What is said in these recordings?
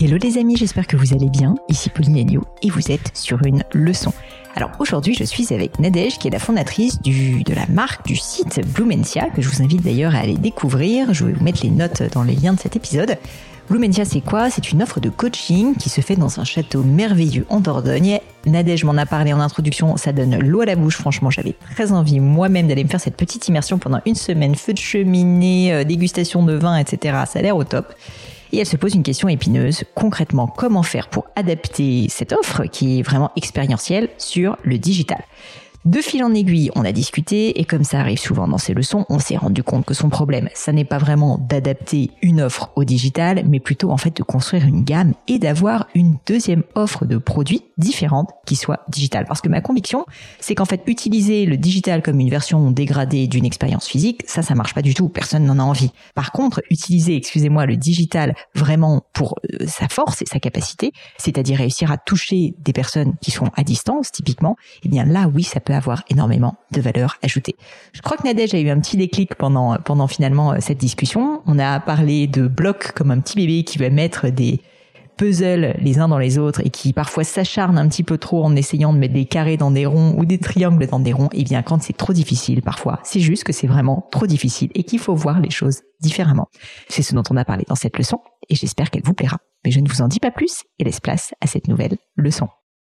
Hello les amis, j'espère que vous allez bien. Ici Pauline Agneau et vous êtes sur une leçon. Alors aujourd'hui, je suis avec Nadège qui est la fondatrice de la marque, du site Blumentia, que je vous invite d'ailleurs à aller découvrir. Je vais vous mettre les notes dans les liens de cet épisode. Blumentia, c'est quoi ? C'est une offre de coaching qui se fait dans un château merveilleux en Dordogne. Nadège m'en a parlé en introduction, ça donne l'eau à la bouche. Franchement, j'avais très envie moi-même d'aller me faire cette petite immersion pendant une semaine. Feu de cheminée, dégustation de vin, etc. Ça a l'air au top. Et elle se pose une question épineuse. Concrètement, comment faire pour adapter cette offre qui est vraiment expérientielle sur le digital ? De fil en aiguille, on a discuté et comme ça arrive souvent dans ces leçons, on s'est rendu compte que son problème, ça n'est pas vraiment d'adapter une offre au digital, mais plutôt en fait de construire une gamme et d'avoir une deuxième offre de produits différente qui soit digitale. Parce que ma conviction, c'est qu'en fait utiliser le digital comme une version dégradée d'une expérience physique, ça marche pas du tout, personne n'en a envie. Par contre, utiliser, le digital vraiment pour sa force et sa capacité, c'est-à-dire réussir à toucher des personnes qui sont à distance typiquement, eh bien là oui, ça peut avoir énormément de valeur ajoutée. Je crois que Nadège a eu un petit déclic pendant finalement cette discussion. On a parlé de blocs comme un petit bébé qui va mettre des puzzles les uns dans les autres et qui parfois s'acharne un petit peu trop en essayant de mettre des carrés dans des ronds ou des triangles dans des ronds. Et bien quand c'est trop difficile parfois, c'est juste que c'est vraiment trop difficile et qu'il faut voir les choses différemment. C'est ce dont on a parlé dans cette leçon et j'espère qu'elle vous plaira. Mais je ne vous en dis pas plus et laisse place à cette nouvelle leçon.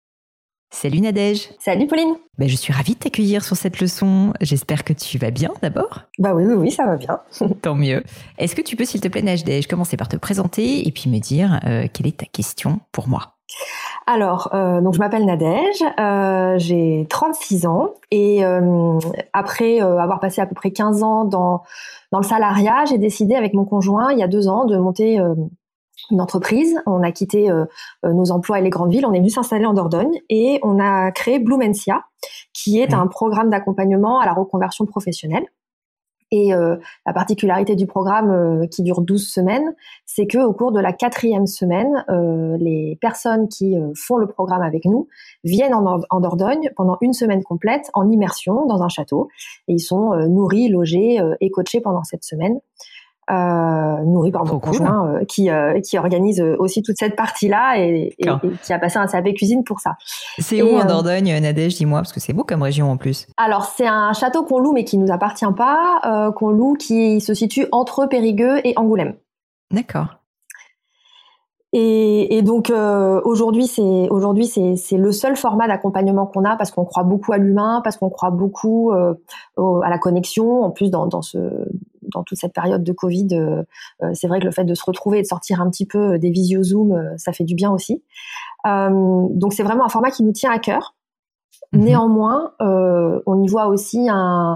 Salut Nadège. Salut Pauline. Je suis ravie de t'accueillir sur cette leçon. J'espère que tu vas bien d'abord. Oui, ça va bien. Tant mieux. Est-ce que tu peux, s'il te plaît, Nadège, commencer par te présenter et puis me dire quelle est ta question pour moi ? Alors, donc je m'appelle Nadège, j'ai 36 ans et après avoir passé à peu près 15 ans dans le salariat, j'ai décidé avec mon conjoint il y a 2 ans de monter une entreprise. On a quitté nos emplois et les grandes villes, on est venu s'installer en Dordogne et on a créé Blumentia, qui est un programme d'accompagnement à la reconversion professionnelle. Et la particularité du programme qui dure 12 semaines, c'est que au cours de la 4e semaine, les personnes qui font le programme avec nous viennent en Dordogne pendant une semaine complète en immersion dans un château. Et ils sont nourris, logés et coachés pendant cette semaine. Nourri par mon conjoint qui organise aussi toute cette partie-là et qui a passé un CAP cuisine pour ça. C'est où en Dordogne, Nadège, dis-moi, parce que c'est beau comme région en plus. Alors c'est un château qu'on loue mais qui nous appartient pas, qu'on loue, qui se situe entre Périgueux et Angoulême. D'accord. Et donc aujourd'hui c'est le seul format d'accompagnement qu'on a parce qu'on croit beaucoup à l'humain, parce qu'on croit beaucoup à la connexion. En plus dans toute cette période de Covid, c'est vrai que le fait de se retrouver et de sortir un petit peu des visio Zoom, ça fait du bien aussi. Donc c'est vraiment un format qui nous tient à cœur. Néanmoins, on y voit aussi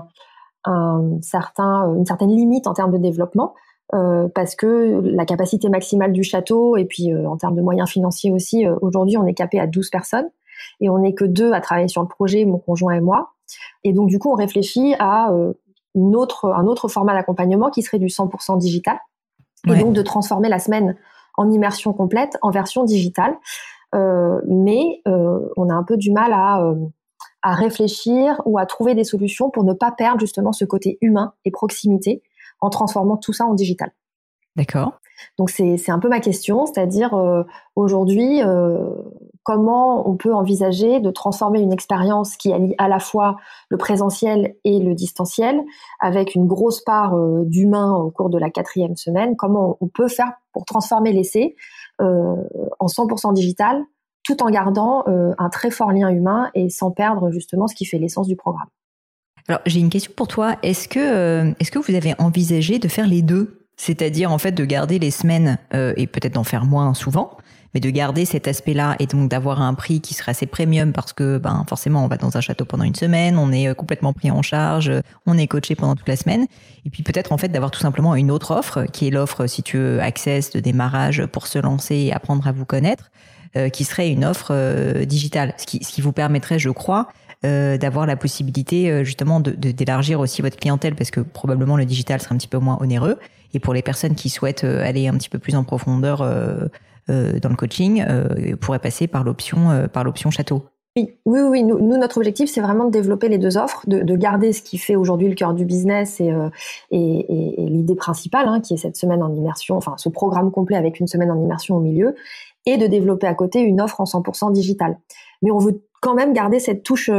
une certaine limite en termes de développement. Parce que la capacité maximale du château et puis en termes de moyens financiers aussi, aujourd'hui on est capé à 12 personnes et on n'est que 2 à travailler sur le projet, mon conjoint et moi. Et donc du coup on réfléchit à un autre format d'accompagnement qui serait du 100% digital et donc de transformer la semaine en immersion complète en version digitale. Mais on a un peu du mal à réfléchir ou à trouver des solutions pour ne pas perdre justement ce côté humain et proximité en transformant tout ça en digital. D'accord. Donc c'est un peu ma question, c'est-à-dire aujourd'hui, comment on peut envisager de transformer une expérience qui allie à la fois le présentiel et le distanciel, avec une grosse part d'humain au cours de la 4e semaine. Comment on peut faire pour transformer l'essai en 100% digital, tout en gardant un très fort lien humain et sans perdre justement ce qui fait l'essence du programme. Alors, j'ai une question pour toi. Est-ce que vous avez envisagé de faire les deux ? C'est-à-dire, en fait, de garder les semaines et peut-être d'en faire moins souvent, mais de garder cet aspect-là et donc d'avoir un prix qui serait assez premium parce que, forcément, on va dans un château pendant une semaine, on est complètement pris en charge, on est coaché pendant toute la semaine. Et puis peut-être, en fait, d'avoir tout simplement une autre offre qui est l'offre, si tu veux, Access de démarrage pour se lancer et apprendre à vous connaître, qui serait une offre digitale. Ce qui vous permettrait, je crois, d'avoir la possibilité justement d'élargir aussi votre clientèle parce que probablement le digital sera un petit peu moins onéreux et pour les personnes qui souhaitent aller un petit peu plus en profondeur dans le coaching pourraient passer par l'option château. Oui. Nous, notre objectif, c'est vraiment de développer les 2 offres, de garder ce qui fait aujourd'hui le cœur du business et l'idée principale, qui est cette semaine en immersion, enfin ce programme complet avec une semaine en immersion au milieu, et de développer à côté une offre en 100% digitale. Mais on veut quand même garder cette touche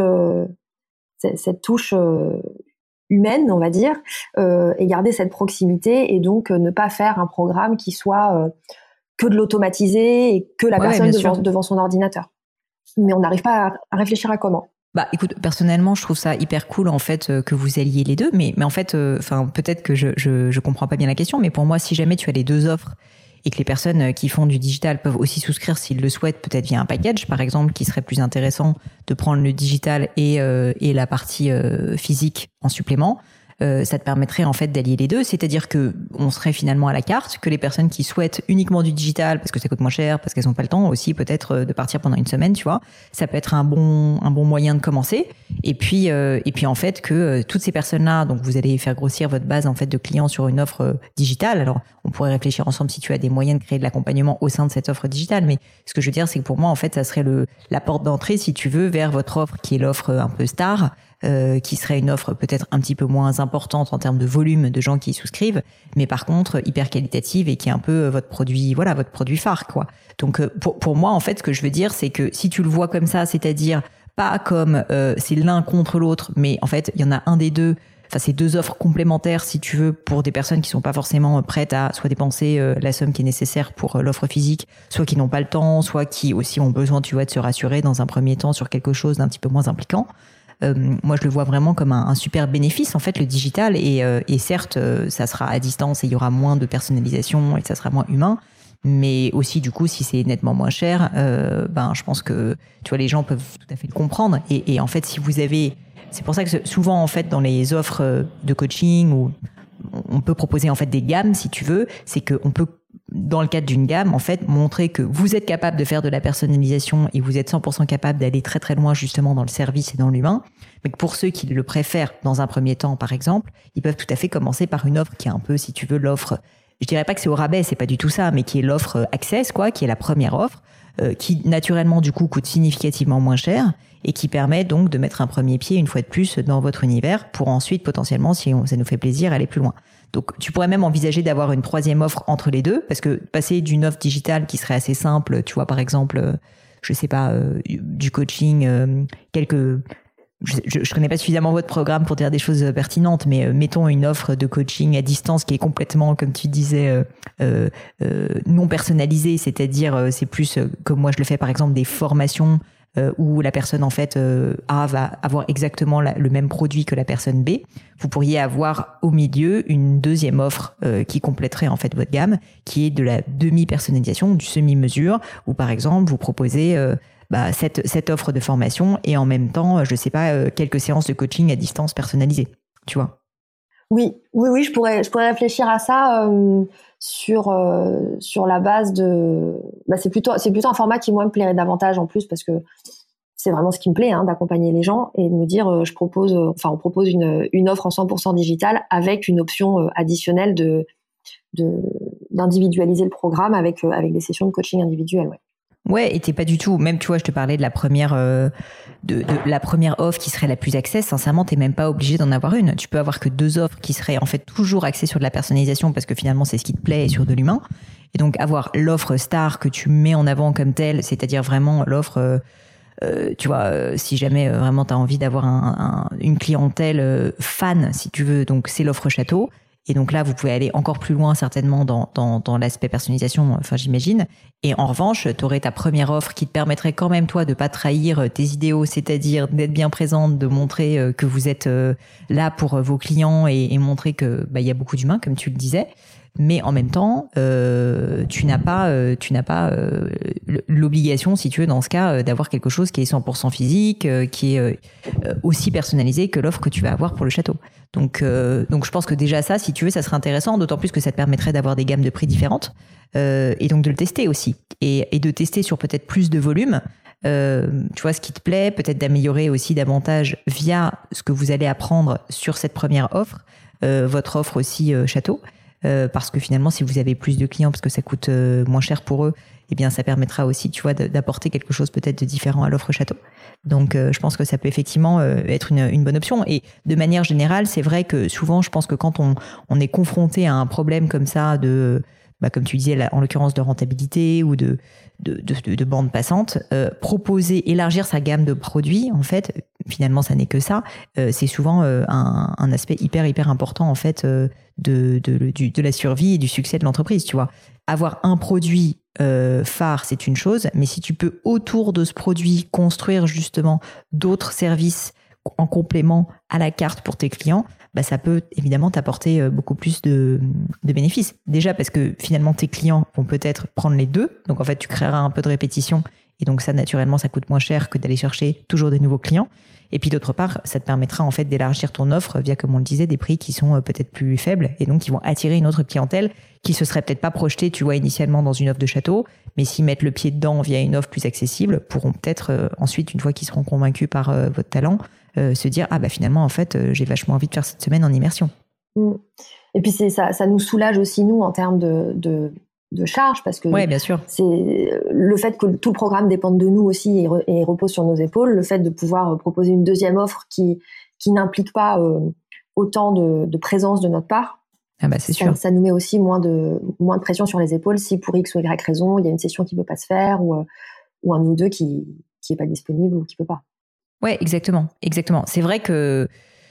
humaine, on va dire, et garder cette proximité, et donc ne pas faire un programme qui soit que de l'automatiser et que la personne devant son ordinateur. Mais on n'arrive pas à réfléchir à comment. Bah, écoute, personnellement, je trouve ça hyper cool en fait que vous alliez les deux, mais en fait, peut-être que je comprends pas bien la question, mais pour moi, si jamais tu as les deux offres et que les personnes qui font du digital peuvent aussi souscrire s'ils le souhaitent, peut-être via un package, par exemple, qui serait plus intéressant de prendre le digital et la partie physique en supplément. Ça te permettrait en fait d'allier les deux, c'est-à-dire que on serait finalement à la carte, que les personnes qui souhaitent uniquement du digital parce que ça coûte moins cher, parce qu'elles n'ont pas le temps aussi peut-être de partir pendant une semaine, tu vois, ça peut être un bon moyen de commencer. Et puis en fait que toutes ces personnes-là, donc vous allez faire grossir votre base en fait de clients sur une offre digitale. Alors on pourrait réfléchir ensemble si tu as des moyens de créer de l'accompagnement au sein de cette offre digitale, mais ce que je veux dire c'est que pour moi en fait ça serait la porte d'entrée si tu veux vers votre offre qui est l'offre un peu star. Qui serait une offre peut-être un petit peu moins importante en termes de volume de gens qui y souscrivent, mais par contre hyper qualitative et qui est un peu votre produit phare, quoi. Donc pour moi en fait ce que je veux dire c'est que si tu le vois comme ça, c'est-à-dire pas comme c'est l'un contre l'autre, mais en fait il y en a un des deux. Enfin, c'est deux offres complémentaires, si tu veux, pour des personnes qui sont pas forcément prêtes à soit dépenser la somme qui est nécessaire pour l'offre physique, soit qui n'ont pas le temps, soit qui aussi ont besoin, tu vois, de se rassurer dans un premier temps sur quelque chose d'un petit peu moins impliquant. Moi, je le vois vraiment comme un super bénéfice, en fait, le digital. Et certes, ça sera à distance et il y aura moins de personnalisation et ça sera moins humain. Mais aussi, du coup, si c'est nettement moins cher, je pense que, tu vois, les gens peuvent tout à fait le comprendre. Et en fait, si vous avez... C'est pour ça que souvent, en fait, dans les offres de coaching, où on peut proposer, en fait, des gammes, si tu veux, c'est qu'on peut, dans le cadre d'une gamme, en fait, montrer que vous êtes capable de faire de la personnalisation et vous êtes 100% capable d'aller très très loin justement dans le service et dans l'humain. Mais que pour ceux qui le préfèrent dans un premier temps, par exemple, ils peuvent tout à fait commencer par une offre qui est un peu, si tu veux, l'offre, je dirais pas que c'est au rabais, c'est pas du tout ça, mais qui est l'offre Access, quoi, qui est la première offre, qui naturellement du coup coûte significativement moins cher et qui permet donc de mettre un premier pied une fois de plus dans votre univers pour ensuite potentiellement, si ça nous fait plaisir, aller plus loin. Donc, tu pourrais même envisager d'avoir une troisième offre entre les deux, parce que passer d'une offre digitale qui serait assez simple, tu vois, par exemple, je sais pas, du coaching, je connais pas suffisamment votre programme pour dire des choses pertinentes, mais mettons une offre de coaching à distance qui est complètement, comme tu disais, non personnalisée, c'est-à-dire c'est plus comme moi je le fais par exemple des formations où la personne en fait A va avoir exactement le même produit que la personne B. Vous pourriez avoir au milieu une deuxième offre qui compléterait en fait votre gamme, qui est de la demi-personnalisation, du semi-mesure, où par exemple vous proposez cette offre de formation et en même temps, je sais pas, quelques séances de coaching à distance personnalisées, tu vois. Oui, je pourrais réfléchir à ça sur la base de. C'est plutôt un format qui moi me plairait davantage en plus parce que c'est vraiment ce qui me plaît, d'accompagner les gens et de me dire on propose une offre en 100% digitale avec une option additionnelle d'individualiser le programme avec des sessions de coaching individuelles. Ouais. Ouais, et t'es pas du tout, même tu vois, je te parlais de la première de la première offre qui serait la plus access, sincèrement, t'es même pas obligé d'en avoir une. Tu peux avoir que deux offres qui seraient en fait toujours axées sur de la personnalisation parce que finalement c'est ce qui te plaît et sur de l'humain. Et donc avoir l'offre star que tu mets en avant comme telle, c'est-à-dire vraiment l'offre tu vois, si jamais vraiment t'as envie d'avoir une clientèle fan, si tu veux, donc c'est l'offre château. Et donc là, vous pouvez aller encore plus loin certainement dans l'aspect personnalisation, enfin j'imagine. Et en revanche, tu aurais ta première offre qui te permettrait quand même toi de pas trahir tes idéaux, c'est-à-dire d'être bien présente, de montrer que vous êtes là pour vos clients et montrer que il y a beaucoup d'humains comme tu le disais. Mais en même temps, tu n'as pas l'obligation, si tu veux, dans ce cas, d'avoir quelque chose qui est 100% physique, qui est aussi personnalisé que l'offre que tu vas avoir pour le château. Donc je pense que déjà ça, si tu veux, ça serait intéressant, d'autant plus que ça te permettrait d'avoir des gammes de prix différentes et donc de le tester aussi et de tester sur peut-être plus de volume. Tu vois ce qui te plaît, peut-être d'améliorer aussi davantage via ce que vous allez apprendre sur cette première offre, votre offre aussi château. Parce que finalement, si vous avez plus de clients, parce que ça coûte moins cher pour eux, eh bien, ça permettra aussi, tu vois, d'apporter quelque chose peut-être de différent à l'offre château. Donc, je pense que ça peut effectivement être une bonne option. Et de manière générale, c'est vrai que souvent, je pense que quand on est confronté à un problème comme ça de comme tu disais, en l'occurrence de rentabilité ou de bande passante, proposer, élargir sa gamme de produits, en fait, finalement, ça n'est que ça. C'est souvent un aspect hyper important, en fait, de la survie et du succès de l'entreprise, tu vois. Avoir un produit phare, c'est une chose, mais si tu peux, autour de ce produit, construire justement d'autres services en complément à la carte pour tes clients, ça peut évidemment t'apporter beaucoup plus de bénéfices. Déjà parce que finalement, tes clients vont peut-être prendre les deux. Donc en fait, tu créeras un peu de répétition. Et donc ça, naturellement, ça coûte moins cher que d'aller chercher toujours des nouveaux clients. Et puis d'autre part, ça te permettra en fait d'élargir ton offre via, comme on le disait, des prix qui sont peut-être plus faibles et donc qui vont attirer une autre clientèle qui se serait peut-être pas projetée, tu vois, initialement dans une offre de château, mais s'ils mettent le pied dedans via une offre plus accessible, pourront peut-être ensuite, une fois qu'ils seront convaincus par votre talent, se dire finalement en fait j'ai vachement envie de faire cette semaine en immersion. Et puis ça nous soulage aussi nous en termes de charge, parce que bien sûr. C'est le fait que tout le programme dépende de nous aussi et repose sur nos épaules, le fait de pouvoir proposer une deuxième offre qui n'implique pas autant de présence de notre part. C'est sûr. Ça nous met aussi moins de pression sur les épaules si pour X ou Y raison il y a une session qui peut pas se faire ou un ou deux qui est pas disponible ou qui peut pas. Ouais, exactement. C'est vrai que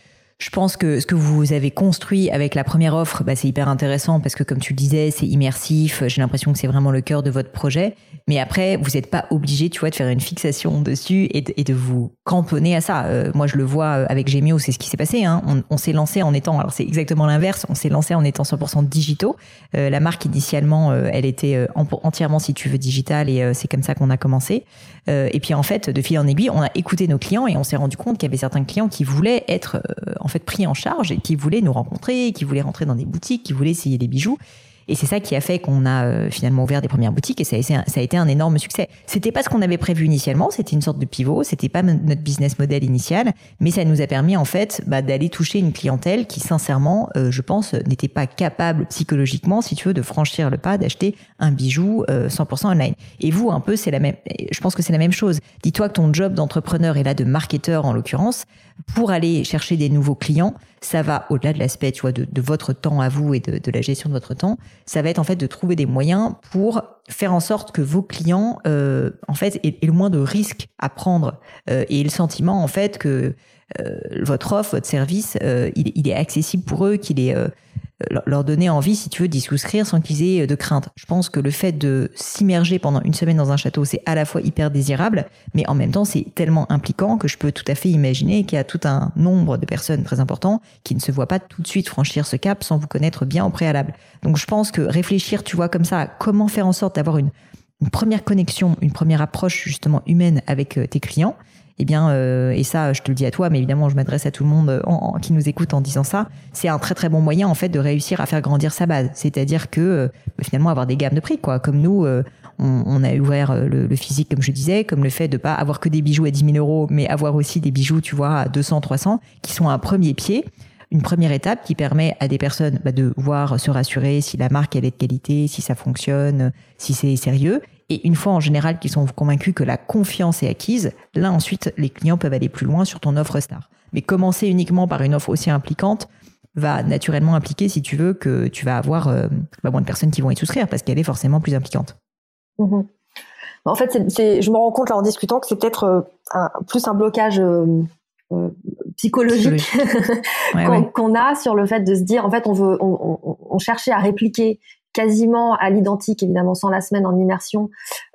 je pense que ce que vous avez construit avec la première offre, c'est hyper intéressant parce que, comme tu le disais, c'est immersif. J'ai l'impression que c'est vraiment le cœur de votre projet. Mais après, vous n'êtes pas obligé, tu vois, de faire une fixation dessus et de vous cantonner à ça. Moi, je le vois avec Gemio, c'est ce qui s'est passé. Hein. On s'est lancé en étant, alors c'est exactement l'inverse, on s'est lancé en étant 100% digitaux. La marque, initialement, elle était entièrement, si tu veux, digitale et c'est comme ça qu'on a commencé. Et puis, en fait, de fil en aiguille, on a écouté nos clients et on s'est rendu compte qu'il y avait certains clients qui voulaient être en fait pris en charge et qui voulaient nous rencontrer, qui voulaient rentrer dans des boutiques, qui voulaient essayer des bijoux. Et c'est ça qui a fait qu'on a finalement ouvert des premières boutiques et ça a été un énorme succès. C'était pas ce qu'on avait prévu initialement, c'était une sorte de pivot, c'était pas notre business model initial, mais ça nous a permis en fait d'aller toucher une clientèle qui sincèrement, je pense, n'était pas capable psychologiquement, si tu veux, de franchir le pas, d'acheter un bijou 100% online. Et vous, un peu, je pense que c'est la même chose. Dis-toi que ton job d'entrepreneur et là de marketeur en l'occurrence, pour aller chercher des nouveaux clients, ça va au-delà de l'aspect, tu vois, de votre temps à vous et de la gestion de votre temps. Ça va être en fait de trouver des moyens pour faire en sorte que vos clients, en fait, aient le moins de risques à prendre et le sentiment en fait que votre offre, votre service, il est accessible pour eux, qu'il est leur donner envie, si tu veux, d'y souscrire sans qu'ils aient de crainte. Je pense que le fait de s'immerger pendant une semaine dans un château, c'est à la fois hyper désirable, mais en même temps, c'est tellement impliquant que je peux tout à fait imaginer qu'il y a tout un nombre de personnes très importants qui ne se voient pas tout de suite franchir ce cap sans vous connaître bien au préalable. Donc, je pense que réfléchir, tu vois, comme ça, à comment faire en sorte d'avoir une première connexion, une première approche justement humaine avec tes clients, eh bien, et ça, je te le dis à toi, mais évidemment, je m'adresse à tout le monde qui nous écoute en disant ça, c'est un très très bon moyen en fait de réussir à faire grandir sa base. C'est-à-dire que finalement avoir des gammes de prix, quoi. Comme nous, on a ouvert le physique, comme je disais, comme le fait de pas avoir que des bijoux à 10 000 €, mais avoir aussi des bijoux, tu vois, à 200, 300, qui sont un premier pied. Une première étape qui permet à des personnes de voir se rassurer si la marque elle est de qualité, si ça fonctionne, si c'est sérieux. Et une fois en général qu'ils sont convaincus que la confiance est acquise, là ensuite les clients peuvent aller plus loin sur ton offre star. Mais commencer uniquement par une offre aussi impliquante va naturellement impliquer, si tu veux, que tu vas avoir moins de personnes qui vont y souscrire parce qu'elle est forcément plus impliquante. Mmh. En fait, je me rends compte là en discutant que c'est peut-être plus un blocage psychologique qu'on a sur le fait de se dire, en fait, on cherchait à répliquer quasiment à l'identique, évidemment sans la semaine en immersion,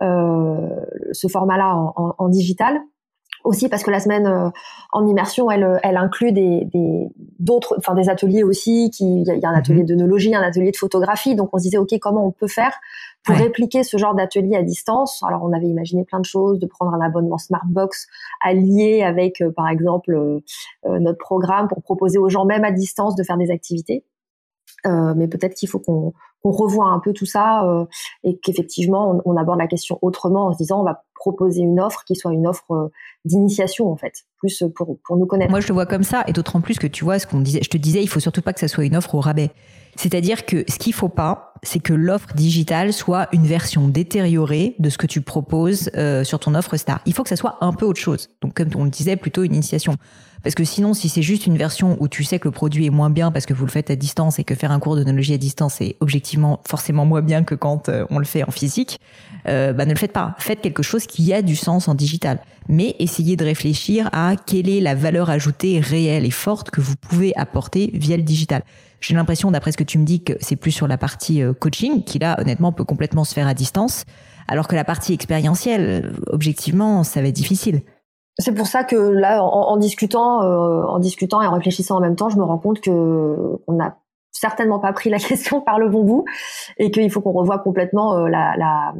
ce format-là en digital. Aussi parce que la semaine en immersion, elle inclut d'autres, enfin des ateliers aussi. Il y a un atelier d'œnologie, un atelier de photographie. Donc on se disait, ok, comment on peut faire pour répliquer ce genre d'atelier à distance. Alors on avait imaginé plein de choses, de prendre un abonnement Smartbox allié avec, par exemple, notre programme pour proposer aux gens même à distance de faire des activités. Mais peut-être qu'il faut qu'on revoie un peu tout ça et qu'effectivement on aborde la question autrement en se disant on va proposer une offre qui soit une offre d'initiation en fait, plus pour nous connaître. Moi je le vois comme ça et d'autant plus que tu vois ce qu'on disait, je te disais il faut surtout pas que ça soit une offre au rabais. C'est-à-dire que ce qu'il faut pas, c'est que l'offre digitale soit une version détériorée de ce que tu proposes sur ton offre star. Il faut que ça soit un peu autre chose. Donc comme on le disait, plutôt une initiation. Parce que sinon, si c'est juste une version où tu sais que le produit est moins bien parce que vous le faites à distance et que faire un cours d'onologie à distance est objectivement forcément moins bien que quand on le fait en physique, ne le faites pas. Faites quelque chose qui a du sens en digital. Mais essayez de réfléchir à quelle est la valeur ajoutée réelle et forte que vous pouvez apporter via le digital. J'ai l'impression, d'après ce que tu me dis, que c'est plus sur la partie coaching, qui là, honnêtement, peut complètement se faire à distance, alors que la partie expérientielle, objectivement, ça va être difficile. C'est pour ça que là, en discutant et en réfléchissant en même temps, je me rends compte que on n'a certainement pas pris la question par le bon bout et qu'il faut qu'on revoie complètement la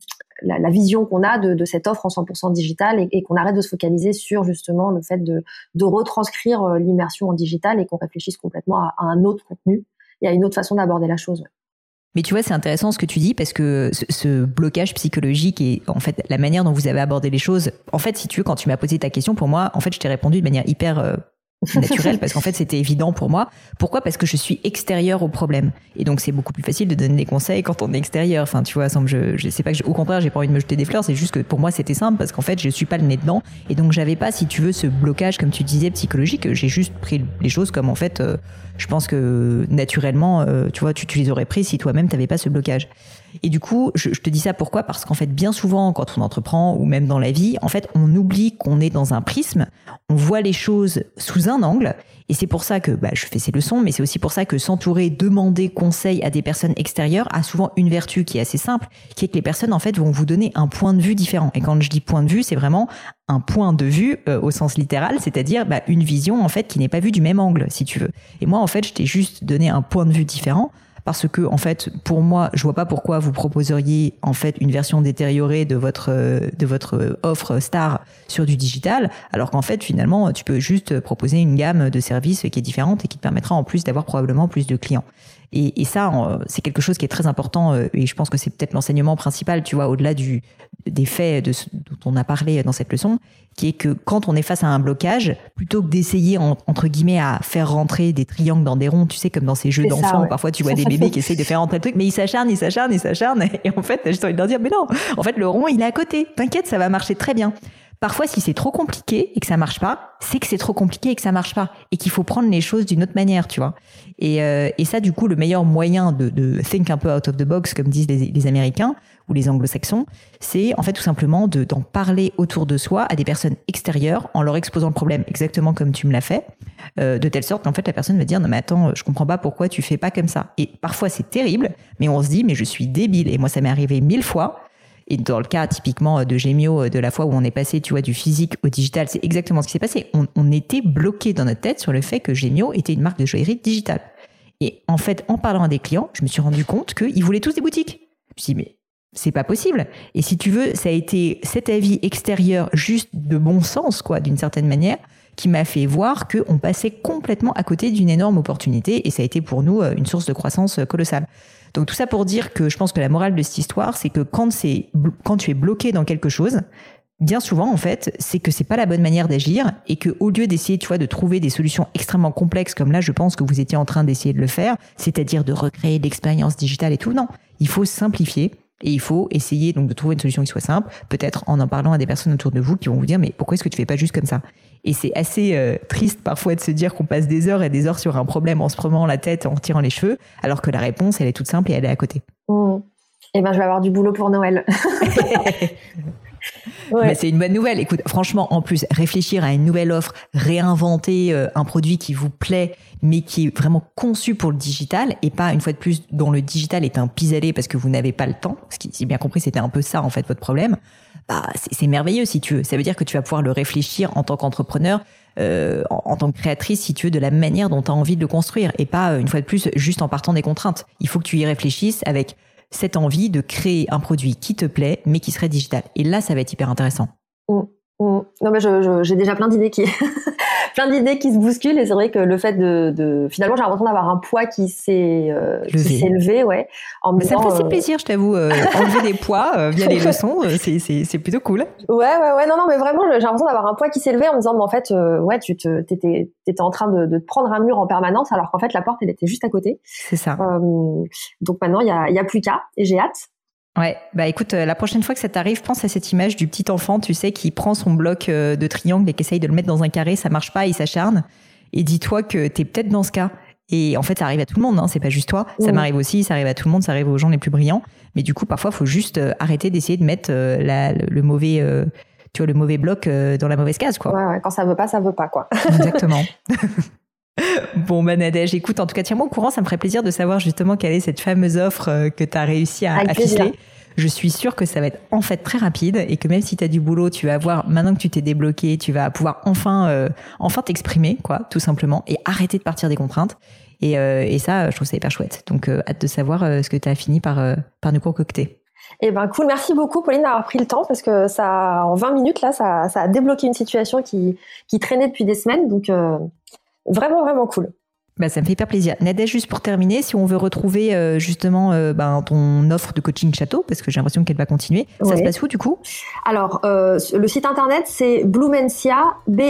vision qu'on a de cette offre en 100% digital et qu'on arrête de se focaliser sur justement le fait de retranscrire l'immersion en digital et qu'on réfléchisse complètement à un autre contenu et à une autre façon d'aborder la chose. Mais tu vois, c'est intéressant ce que tu dis parce que ce blocage psychologique et en fait la manière dont vous avez abordé les choses, en fait, si tu veux, quand tu m'as posé ta question, pour moi, en fait, je t'ai répondu de manière hyper naturelle parce qu'en fait, c'était évident pour moi. Pourquoi ? Parce que je suis extérieure au problème. Et donc, c'est beaucoup plus facile de donner des conseils quand on est extérieur. Enfin, tu vois, je sais pas au contraire, j'ai pas envie de me jeter des fleurs. C'est juste que pour moi, c'était simple parce qu'en fait, je suis pas le nez dedans. Et donc, j'avais pas, si tu veux, ce blocage, comme tu disais, psychologique. J'ai juste pris les choses comme en fait, je pense que naturellement, tu vois, tu les aurais pris si toi-même t'avais pas ce blocage. Et du coup, je te dis ça pourquoi ? Parce qu'en fait, bien souvent, quand on entreprend ou même dans la vie, en fait, on oublie qu'on est dans un prisme, on voit les choses sous un angle. Et c'est pour ça que je fais ces leçons, mais c'est aussi pour ça que s'entourer, demander conseil à des personnes extérieures a souvent une vertu qui est assez simple, qui est que les personnes, en fait, vont vous donner un point de vue différent. Et quand je dis point de vue, c'est vraiment un point de vue au sens littéral, c'est-à-dire une vision, en fait, qui n'est pas vue du même angle, si tu veux. Et moi, en fait, je t'ai juste donné un point de vue différent. Parce que, en fait, pour moi, je vois pas pourquoi vous proposeriez, en fait, une version détériorée de votre offre star sur du digital, alors qu'en fait, finalement, tu peux juste proposer une gamme de services qui est différente et qui te permettra en plus d'avoir probablement plus de clients. Et ça, c'est quelque chose qui est très important et je pense que c'est peut-être l'enseignement principal, tu vois, au-delà des faits dont on a parlé dans cette leçon, qui est que quand on est face à un blocage, plutôt que d'essayer, entre guillemets, à faire rentrer des triangles dans des ronds, tu sais, comme dans ces jeux d'enfants, où parfois tu vois des bébés qui essayent de faire rentrer le truc, mais ils s'acharnent, et en fait, j'ai envie de leur dire, mais non, en fait, le rond, il est à côté, t'inquiète, ça va marcher très bien. Parfois, si c'est trop compliqué et que ça marche pas, c'est que c'est trop compliqué et que ça marche pas. Et qu'il faut prendre les choses d'une autre manière, tu vois. Et ça, du coup, le meilleur moyen de think un peu out of the box, comme disent les Américains ou les Anglo-Saxons, c'est en fait tout simplement d'en parler autour de soi à des personnes extérieures en leur exposant le problème, exactement comme tu me l'as fait, de telle sorte qu'en fait la personne va dire non mais attends, je comprends pas pourquoi tu fais pas comme ça. Et parfois c'est terrible, mais on se dit mais je suis débile. Et moi ça m'est arrivé 1000 fois. Et dans le cas typiquement de Gemio, de la fois où on est passé, tu vois, du physique au digital, c'est exactement ce qui s'est passé. On était bloqué dans notre tête sur le fait que Gemio était une marque de joaillerie digitale. Et en fait, en parlant à des clients, je me suis rendu compte qu'ils voulaient tous des boutiques. Je me suis dit, mais c'est pas possible. Et si tu veux, ça a été cet avis extérieur juste de bon sens, quoi, d'une certaine manière, qui m'a fait voir qu'on passait complètement à côté d'une énorme opportunité. Et ça a été pour nous une source de croissance colossale. Donc tout ça pour dire que je pense que la morale de cette histoire, c'est que quand tu es bloqué dans quelque chose, bien souvent en fait, c'est que c'est pas la bonne manière d'agir et que au lieu d'essayer, tu vois, de trouver des solutions extrêmement complexes comme là, je pense que vous étiez en train d'essayer de le faire, c'est-à-dire de recréer l'expérience digitale et tout, non, il faut simplifier. Et il faut essayer donc de trouver une solution qui soit simple, peut-être en parlant à des personnes autour de vous qui vont vous dire mais pourquoi est-ce que tu fais pas juste comme ça ? Et c'est assez triste parfois de se dire qu'on passe des heures et des heures sur un problème en se prenant la tête, en tirant les cheveux, alors que la réponse elle est toute simple et elle est à côté. Eh ben je vais avoir du boulot pour Noël. Ouais. Mais c'est une bonne nouvelle. Écoute, franchement, en plus, réfléchir à une nouvelle offre, réinventer un produit qui vous plaît, mais qui est vraiment conçu pour le digital et pas, une fois de plus, dont le digital est un pis-aller parce que vous n'avez pas le temps. Ce qui, si bien compris, c'était un peu ça, en fait, votre problème. C'est merveilleux, si tu veux. Ça veut dire que tu vas pouvoir le réfléchir en tant qu'entrepreneur, en tant que créatrice, si tu veux, de la manière dont tu as envie de le construire et pas, une fois de plus, juste en partant des contraintes. Il faut que tu y réfléchisses avec cette envie de créer un produit qui te plaît, mais qui serait digital. Et là, ça va être hyper intéressant. Non, mais j'ai déjà plein d'idées qui se bousculent et c'est vrai que le fait de finalement j'ai l'impression d'avoir un poids qui s'est levé, ouais. Ça me fait assez plaisir, je t'avoue, enlever des poids via les leçons, c'est plutôt cool. Ouais, non, mais vraiment j'ai l'impression d'avoir un poids qui s'est levé en me disant mais en fait ouais, t'étais en train de te prendre un mur en permanence alors qu'en fait la porte elle était juste à côté. C'est ça. Donc maintenant il y a plus qu'à et j'ai hâte. Ouais, bah écoute, la prochaine fois que ça t'arrive, pense à cette image du petit enfant, tu sais, qui prend son bloc de triangle et qui essaye de le mettre dans un carré, ça marche pas, il s'acharne. Et dis-toi que t'es peut-être dans ce cas. Et en fait, ça arrive à tout le monde, hein, c'est pas juste toi. Ça m'arrive aussi, ça arrive à tout le monde, ça arrive aux gens les plus brillants. Mais du coup, parfois, il faut juste arrêter d'essayer de mettre le mauvais, tu vois, le mauvais bloc dans la mauvaise case, quoi. Ouais, quand ça veut pas, quoi. Exactement. Bon, Nadège, écoute, en tout cas, tiens-moi au courant, ça me ferait plaisir de savoir justement quelle est cette fameuse offre que tu as réussi à ficeler. Je suis sûre que ça va être en fait très rapide et que même si tu as du boulot, tu vas avoir, maintenant que tu t'es débloqué, tu vas pouvoir enfin t'exprimer, quoi, tout simplement, et arrêter de partir des contraintes. Et ça, je trouve ça hyper chouette. Donc, hâte de savoir ce que tu as fini par nous concocter. Eh ben, cool. Merci beaucoup, Pauline, d'avoir pris le temps parce que ça, en 20 minutes, là, ça a débloqué une situation qui traînait depuis des semaines. Donc, vraiment, vraiment cool. Bah, ça me fait hyper plaisir. Nadège, juste pour terminer, si on veut retrouver justement ton offre de coaching château, parce que j'ai l'impression qu'elle va continuer, ça se passe où du coup? Alors, le site internet, c'est Blumencia,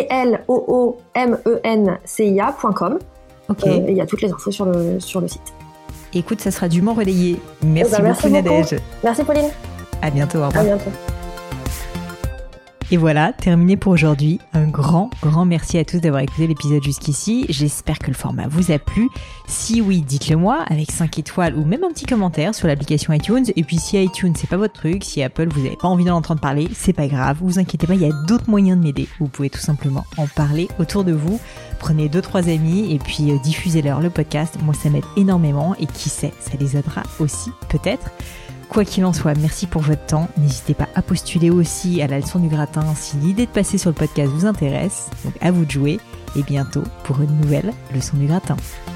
BLOOMENCIA.com. Ok. Il y a toutes les infos sur le site. Écoute, ça sera dûment relayé. Merci beaucoup, Nadège. Merci, Pauline. À bientôt, au revoir. À bientôt. Et voilà, terminé pour aujourd'hui. Un grand merci à tous d'avoir écouté l'épisode jusqu'ici. J'espère que le format vous a plu. Si oui, dites-le moi avec 5 étoiles ou même un petit commentaire sur l'application iTunes. Et puis si iTunes, c'est pas votre truc, si Apple, vous n'avez pas envie d'en entendre parler, c'est pas grave. Vous inquiétez pas, il y a d'autres moyens de m'aider. Vous pouvez tout simplement en parler autour de vous. Prenez 2-3 amis et puis diffusez-leur le podcast. Moi, ça m'aide énormément et qui sait, ça les aidera aussi peut-être. Quoi qu'il en soit, merci pour votre temps. N'hésitez pas à postuler aussi à la leçon du gratin si l'idée de passer sur le podcast vous intéresse. Donc à vous de jouer et bientôt pour une nouvelle leçon du gratin.